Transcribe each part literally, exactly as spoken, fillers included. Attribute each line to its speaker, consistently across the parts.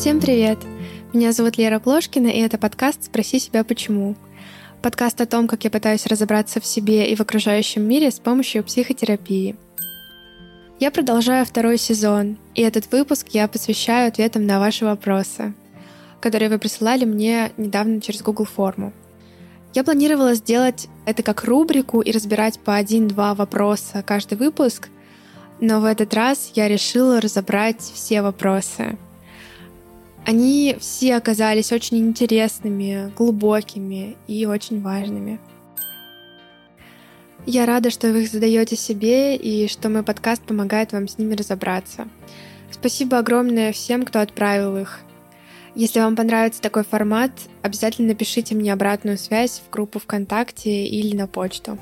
Speaker 1: Всем привет! Меня зовут Лера Плошкина, и это подкаст «Спроси себя почему». Подкаст о том, как я пытаюсь разобраться в себе и в окружающем мире с помощью психотерапии. Я продолжаю второй сезон, и этот выпуск я посвящаю ответам на ваши вопросы, которые вы присылали мне недавно через Google форму. Я планировала сделать это как рубрику и разбирать по один-два вопроса каждый выпуск, но в этот раз я решила разобрать все вопросы. Они все оказались очень интересными, глубокими и очень важными. Я рада, что вы их задаете себе и что мой подкаст помогает вам с ними разобраться. Спасибо огромное всем, кто отправил их. Если вам понравится такой формат, обязательно напишите мне обратную связь в группу ВКонтакте или на почту.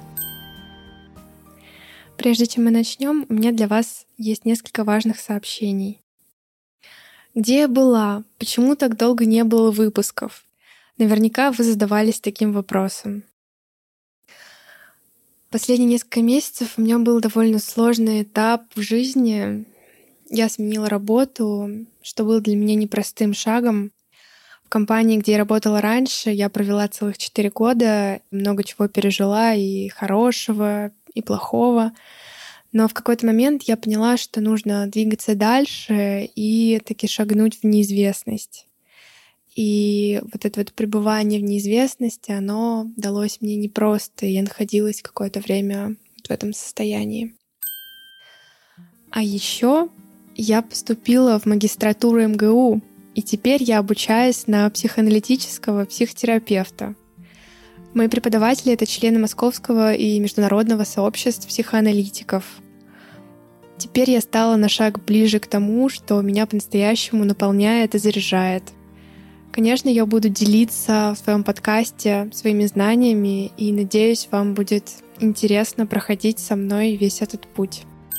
Speaker 1: Прежде чем мы начнем, у меня для вас есть несколько важных сообщений. Где я была? Почему так долго не было выпусков? Наверняка вы задавались таким вопросом. Последние несколько месяцев у меня был довольно сложный этап в жизни. Я сменила работу, что было для меня непростым шагом. В компании, где я работала раньше, я провела целых четыре года, много чего пережила, и хорошего, и плохого. Но в какой-то момент я поняла, что нужно двигаться дальше и таки шагнуть в неизвестность. И вот это вот пребывание в неизвестности, оно далось мне непросто, и я находилась какое-то время в этом состоянии. А еще я поступила в магистратуру эм гэ у, и теперь я обучаюсь на психоаналитического психотерапевта. Мои преподаватели — это члены Московского и международного сообществ психоаналитиков. Теперь я стала на шаг ближе к тому, что меня по-настоящему наполняет и заряжает. Конечно, я буду делиться в своем подкасте своими знаниями, и надеюсь, вам будет интересно проходить со мной весь этот путь.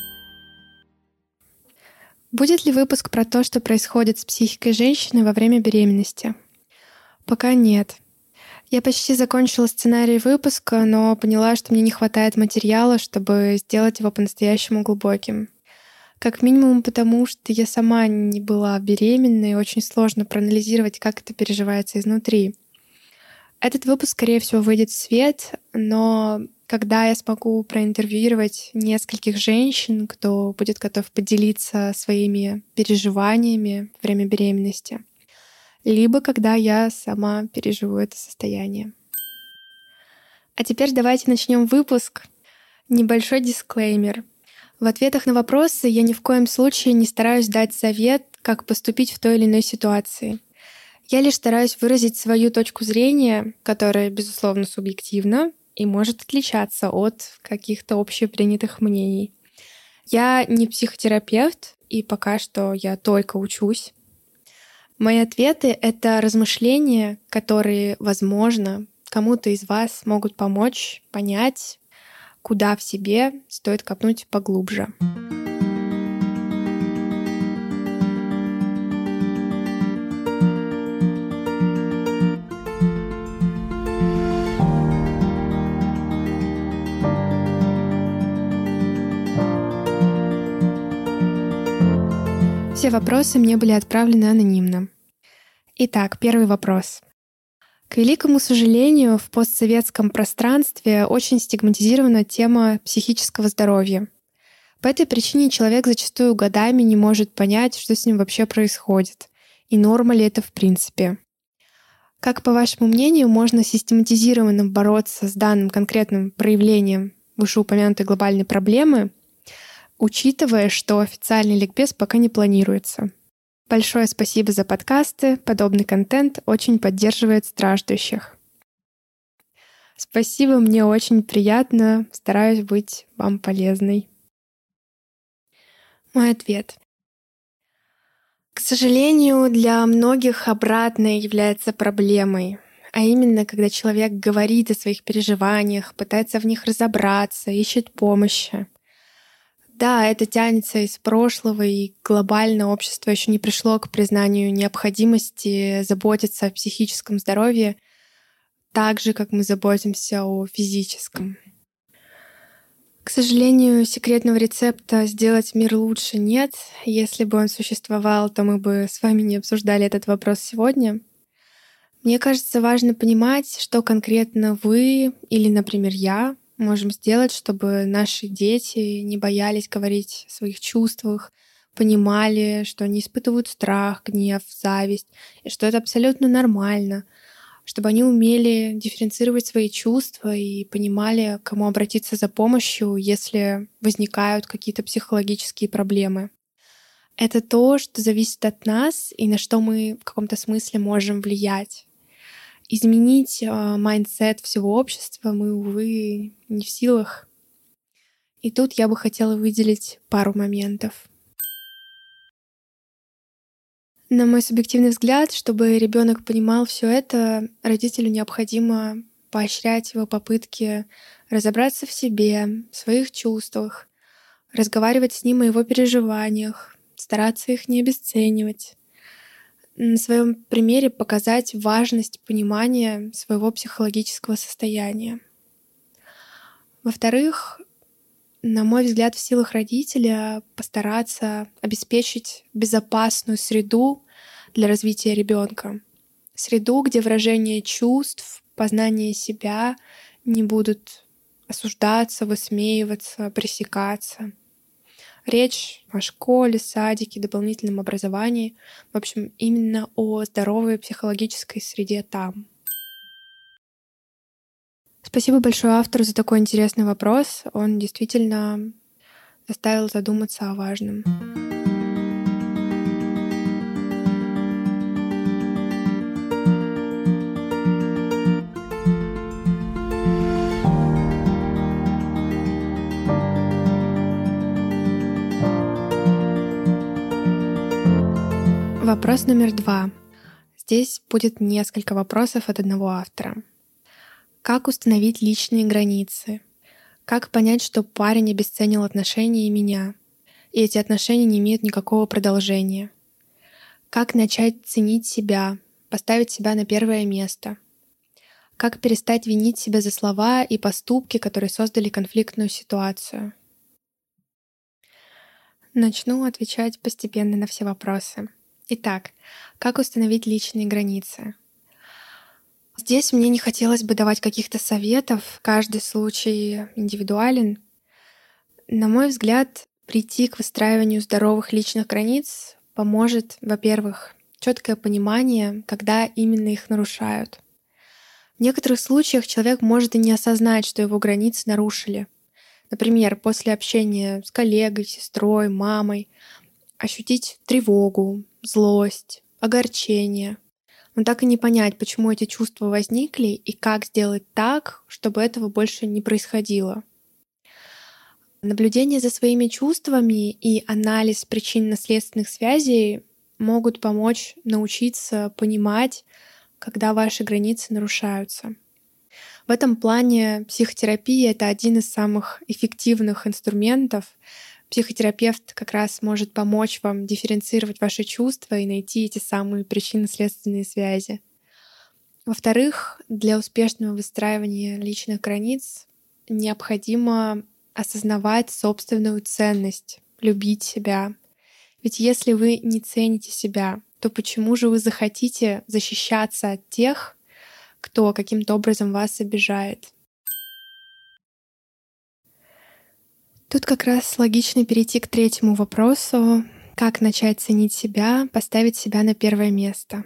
Speaker 1: Будет ли выпуск про то, что происходит с психикой женщины во время беременности? Пока нет. Я почти закончила сценарий выпуска, но поняла, что мне не хватает материала, чтобы сделать его по-настоящему глубоким. Как минимум потому, что я сама не была беременной, и очень сложно проанализировать, как это переживается изнутри. Этот выпуск, скорее всего, выйдет в свет, но когда я смогу проинтервьюировать нескольких женщин, кто будет готов поделиться своими переживаниями во время беременности, либо когда я сама переживу это состояние. А теперь давайте начнем выпуск. Небольшой дисклеймер. В ответах на вопросы я ни в коем случае не стараюсь дать совет, как поступить в той или иной ситуации. Я лишь стараюсь выразить свою точку зрения, которая, безусловно, субъективна и может отличаться от каких-то общепринятых мнений. Я не психотерапевт, и пока что я только учусь. Мои ответы — это размышления, которые, возможно, кому-то из вас могут помочь понять, куда в себе стоит копнуть поглубже. Все вопросы мне были отправлены анонимно. Итак, первый вопрос. К великому сожалению, в постсоветском пространстве очень стигматизирована тема психического здоровья. По этой причине человек зачастую годами не может понять, что с ним вообще происходит, и норма ли это в принципе. Как, по вашему мнению, можно систематизированно бороться с данным конкретным проявлением вышеупомянутой глобальной проблемы, учитывая, что официальный ликбез пока не планируется? Большое спасибо за подкасты. Подобный контент очень поддерживает страждущих. Спасибо, мне очень приятно. Стараюсь быть вам полезной. Мой ответ. К сожалению, для многих обратное является проблемой. А именно, когда человек говорит о своих переживаниях, пытается в них разобраться, ищет помощи. Да, это тянется из прошлого, и глобально общество еще не пришло к признанию необходимости заботиться о психическом здоровье так же, как мы заботимся о физическом. К сожалению, секретного рецепта сделать мир лучше нет. Если бы он существовал, то мы бы с вами не обсуждали этот вопрос сегодня. Мне кажется, важно понимать, что конкретно вы или, например, я можем сделать, чтобы наши дети не боялись говорить о своих чувствах, понимали, что они испытывают страх, гнев, зависть, и что это абсолютно нормально, чтобы они умели дифференцировать свои чувства и понимали, к кому обратиться за помощью, если возникают какие-то психологические проблемы. Это то, что зависит от нас и на что мы в каком-то смысле можем влиять. Изменить майндсет всего общества мы, увы, не в силах. И тут я бы хотела выделить пару моментов. На мой субъективный взгляд, чтобы ребенок понимал все это, родителю необходимо поощрять его попытки разобраться в себе, в своих чувствах, разговаривать с ним о его переживаниях, стараться их не обесценивать. На своем примере показать важность понимания своего психологического состояния. Во-вторых, на мой взгляд, в силах родителя постараться обеспечить безопасную среду для развития ребенка. Среду, где выражение чувств, познание себя не будут осуждаться, высмеиваться, пресекаться. Речь о школе, садике, дополнительном образовании. В общем, именно о здоровой психологической среде там. Спасибо большое автору за такой интересный вопрос. Он действительно заставил задуматься о важном. Вопрос номер два. Здесь будет несколько вопросов от одного автора. Как установить личные границы? Как понять, что парень обесценил отношения и меня, и эти отношения не имеют никакого продолжения? Как начать ценить себя, поставить себя на первое место? Как перестать винить себя за слова и поступки, которые создали конфликтную ситуацию? Начну отвечать постепенно на все вопросы. Итак, как установить личные границы? Здесь мне не хотелось бы давать каких-то советов, каждый случай индивидуален. На мой взгляд, прийти к выстраиванию здоровых личных границ поможет, во-первых, четкое понимание, когда именно их нарушают. В некоторых случаях человек может и не осознать, что его границы нарушили. Например, после общения с коллегой, сестрой, мамой ощутить тревогу, злость, огорчение, но так и не понять, почему эти чувства возникли и как сделать так, чтобы этого больше не происходило. Наблюдение за своими чувствами и анализ причинно-следственных связей могут помочь научиться понимать, когда ваши границы нарушаются. В этом плане психотерапия — это один из самых эффективных инструментов. Психотерапевт как раз может помочь вам дифференцировать ваши чувства и найти эти самые причинно-следственные связи. Во-вторых, для успешного выстраивания личных границ необходимо осознавать собственную ценность, любить себя. Ведь если вы не цените себя, то почему же вы захотите защищаться от тех, кто каким-то образом вас обижает? Тут как раз логично перейти к третьему вопросу. Как начать ценить себя, поставить себя на первое место?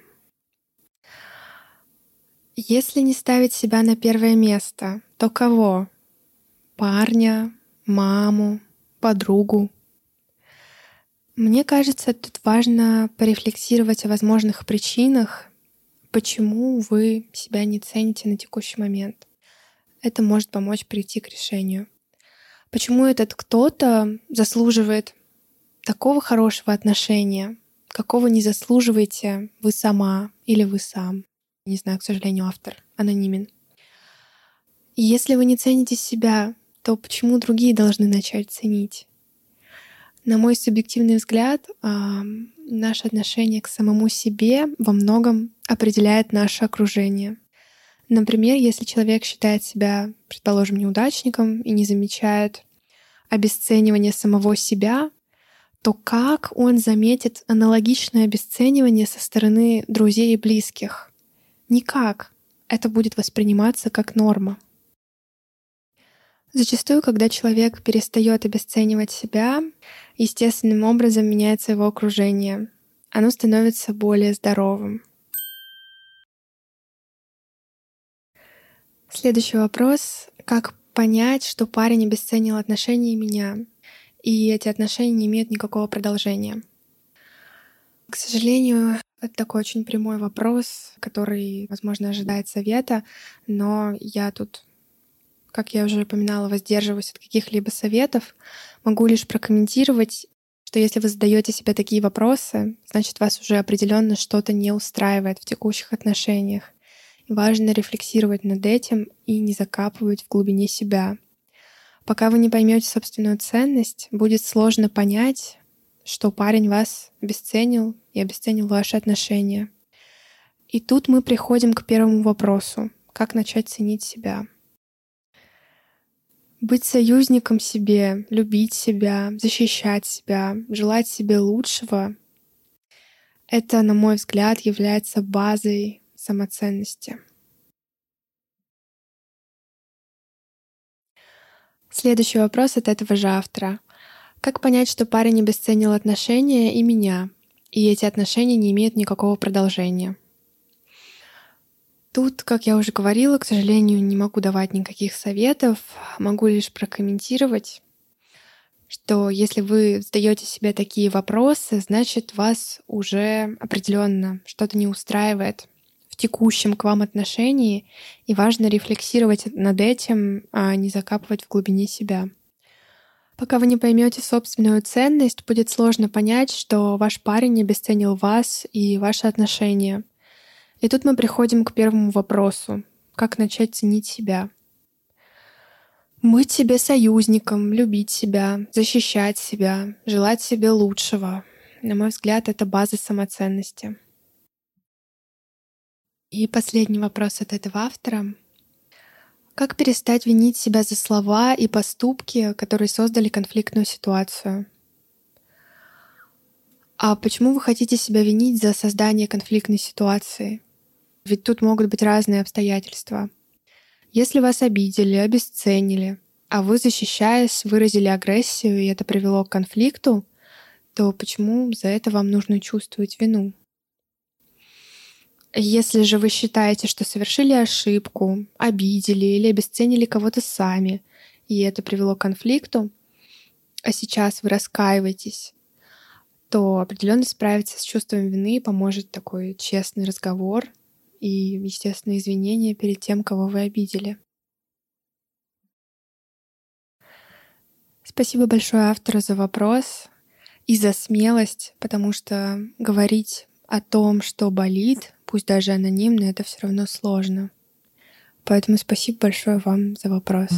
Speaker 1: Если не ставить себя на первое место, то кого? Парня, маму, подругу? Мне кажется, тут важно порефлексировать о возможных причинах, почему вы себя не цените на текущий момент. Это может помочь прийти к решению. Почему этот кто-то заслуживает такого хорошего отношения, какого не заслуживаете вы сама или вы сам? Не знаю, к сожалению, автор анонимен. И если вы не цените себя, то почему другие должны начать ценить? На мой субъективный взгляд, наше отношение к самому себе во многом определяет наше окружение. Например, если человек считает себя, предположим, неудачником и не замечает обесценивание самого себя, то как он заметит аналогичное обесценивание со стороны друзей и близких? Никак. Это будет восприниматься как норма. Зачастую, когда человек перестает обесценивать себя, естественным образом меняется его окружение. Оно становится более здоровым. Следующий вопрос. Как понять, что парень обесценил отношения и меня, и эти отношения не имеют никакого продолжения? К сожалению, это такой очень прямой вопрос, который, возможно, ожидает совета, но я тут, как я уже упоминала, воздерживаюсь от каких-либо советов. Могу лишь прокомментировать, что если вы задаете себе такие вопросы, значит, вас уже определенно что-то не устраивает в текущих отношениях. И важно рефлексировать над этим и не закапывать в глубине себя. Пока вы не поймете собственную ценность, будет сложно понять, что парень вас обесценил и обесценил ваши отношения. И тут мы приходим к первому вопросу. Как начать ценить себя? Быть союзником себе, любить себя, защищать себя, желать себе лучшего — это, на мой взгляд, является базой самоценности. Следующий вопрос от этого же автора. Как понять, что парень обесценил отношения и меня, и эти отношения не имеют никакого продолжения? Тут, как я уже говорила, к сожалению, не могу давать никаких советов, могу лишь прокомментировать, что если вы задаете себе такие вопросы, значит, вас уже определенно что-то не устраивает в текущем к вам отношении, и важно рефлексировать над этим, а не закапывать в глубине себя. Пока вы не поймете собственную ценность, будет сложно понять, что ваш парень обесценил вас и ваши отношения. И тут мы приходим к первому вопросу. Как начать ценить себя? Быть себе союзником, любить себя, защищать себя, желать себе лучшего. На мой взгляд, это база самоценности. И последний вопрос от этого автора. Как перестать винить себя за слова и поступки, которые создали конфликтную ситуацию? А почему вы хотите себя винить за создание конфликтной ситуации? Ведь тут могут быть разные обстоятельства. Если вас обидели, обесценили, а вы, защищаясь, выразили агрессию, и это привело к конфликту, то почему за это вам нужно чувствовать вину? Если же вы считаете, что совершили ошибку, обидели или обесценили кого-то сами, и это привело к конфликту, а сейчас вы раскаиваетесь, то определенно справиться с чувством вины поможет такой честный разговор и, естественно, извинения перед тем, кого вы обидели. Спасибо большое автору за вопрос и за смелость, потому что говорить о том, что болит, пусть даже анонимно, это все равно сложно. Поэтому спасибо большое вам за вопрос.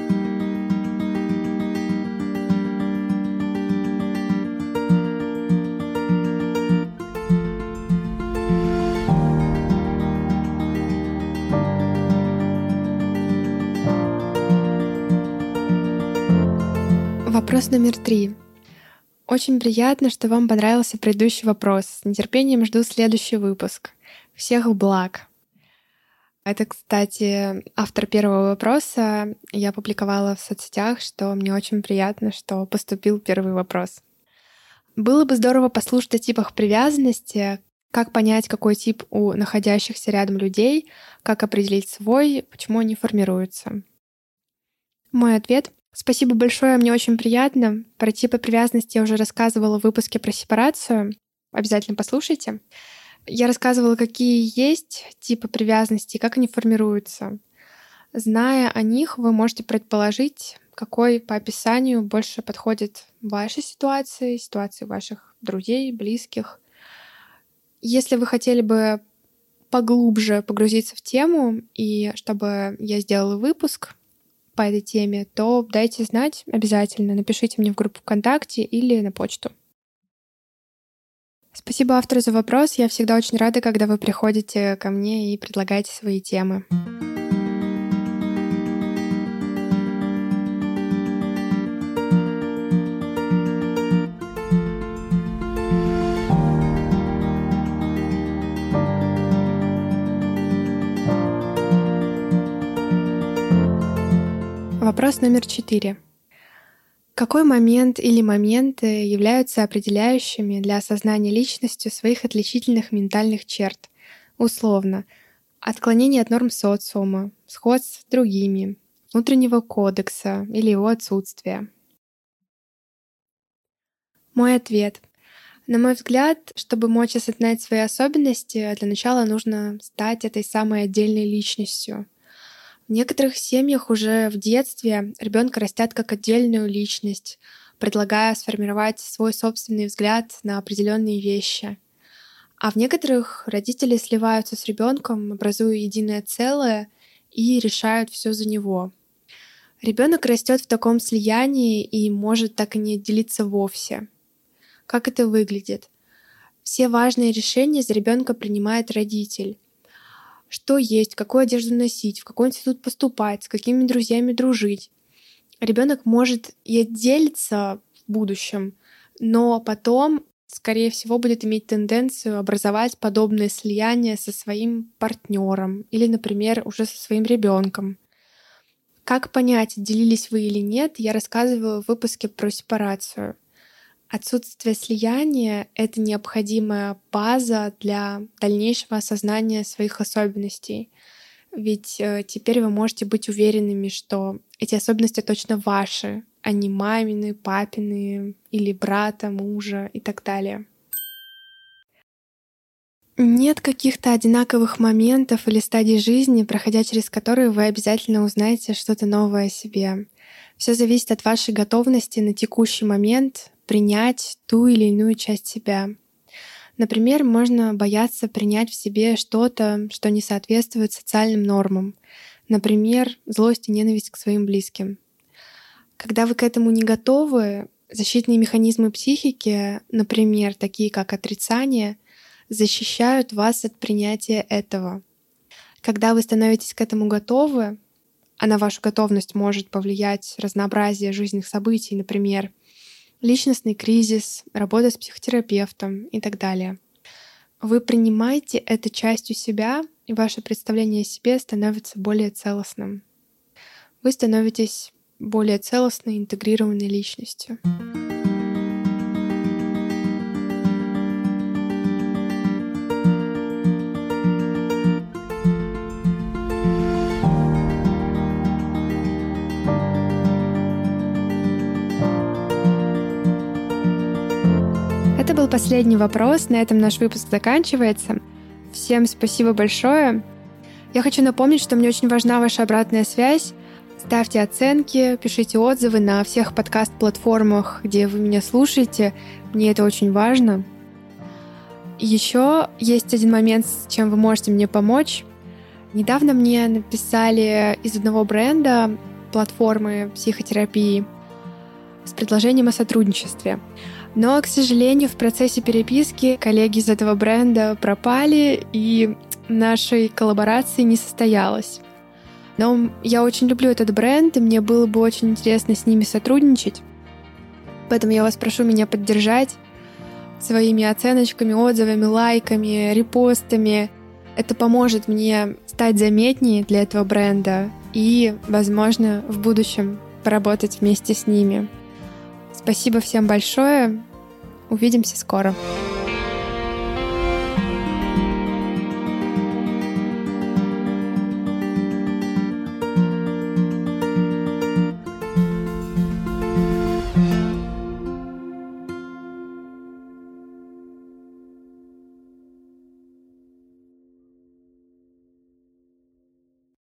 Speaker 1: Вопрос номер три. Очень приятно, что вам понравился предыдущий вопрос. С нетерпением жду следующий выпуск. Всех благ. Это, кстати, автор первого вопроса. Я публиковала в соцсетях, что мне очень приятно, что поступил первый вопрос. Было бы здорово послушать о типах привязанности, как понять, какой тип у находящихся рядом людей, как определить свой, почему они формируются. Мой ответ — спасибо большое, мне очень приятно. Про типы привязанности я уже рассказывала в выпуске про сепарацию. Обязательно послушайте. Я рассказывала, какие есть типы привязанности, как они формируются. Зная о них, вы можете предположить, какой по описанию больше подходит вашей ситуации, ситуации ваших друзей, близких. Если вы хотели бы поглубже погрузиться в тему, и чтобы я сделала выпуск по этой теме, то дайте знать обязательно. Напишите мне в группу ВКонтакте или на почту. Спасибо автору за вопрос. Я всегда очень рада, когда вы приходите ко мне и предлагаете свои темы. Вопрос номер четыре. Какой момент или моменты являются определяющими для осознания личностью своих отличительных ментальных черт? Условно, отклонение от норм социума, сходств с другими, внутреннего кодекса или его отсутствия. Мой ответ. На мой взгляд, чтобы мочь осознать свои особенности, для начала нужно стать этой самой отдельной личностью. В некоторых семьях уже в детстве ребенка растят как отдельную личность, предлагая сформировать свой собственный взгляд на определенные вещи. А в некоторых родители сливаются с ребенком, образуя единое целое и решают все за него. Ребенок растет в таком слиянии и может так и не отделиться вовсе. Как это выглядит? Все важные решения за ребенка принимает родитель. Что есть, какую одежду носить, в какой институт поступать, с какими друзьями дружить. Ребенок может и отделиться в будущем, но потом, скорее всего, будет иметь тенденцию образовать подобное слияние со своим партнером или, например, уже со своим ребенком. Как понять, отделились вы или нет, я рассказываю в выпуске про сепарацию. Отсутствие слияния — это необходимая база для дальнейшего осознания своих особенностей. Ведь э, теперь вы можете быть уверенными, что эти особенности точно ваши, а не мамины, папины или брата, мужа и так далее. Нет каких-то одинаковых моментов или стадий жизни, проходя через которые вы обязательно узнаете что-то новое о себе. Все зависит от вашей готовности на текущий момент принять ту или иную часть себя. Например, можно бояться принять в себе что-то, что не соответствует социальным нормам. Например, злость и ненависть к своим близким. Когда вы к этому не готовы, защитные механизмы психики, например, такие как отрицание, защищают вас от принятия этого. Когда вы становитесь к этому готовы, а на вашу готовность может повлиять разнообразие жизненных событий, например, личностный кризис, работа с психотерапевтом и так далее. Вы принимаете это частью себя, и ваше представление о себе становится более целостным. Вы становитесь более целостной, интегрированной личностью. Это был последний вопрос. На этом наш выпуск заканчивается. Всем спасибо большое. Я хочу напомнить, что мне очень важна ваша обратная связь. Ставьте оценки, пишите отзывы на всех подкаст-платформах, где вы меня слушаете. Мне это очень важно. Еще есть один момент, с чем вы можете мне помочь. Недавно мне написали из одного бренда платформы психотерапии с предложением о сотрудничестве. Но, к сожалению, в процессе переписки коллеги из этого бренда пропали, и нашей коллаборации не состоялось. Но я очень люблю этот бренд, и мне было бы очень интересно с ними сотрудничать. Поэтому я вас прошу меня поддержать своими оценочками, отзывами, лайками, репостами. Это поможет мне стать заметнее для этого бренда и, возможно, в будущем поработать вместе с ними. Спасибо всем большое. Увидимся скоро.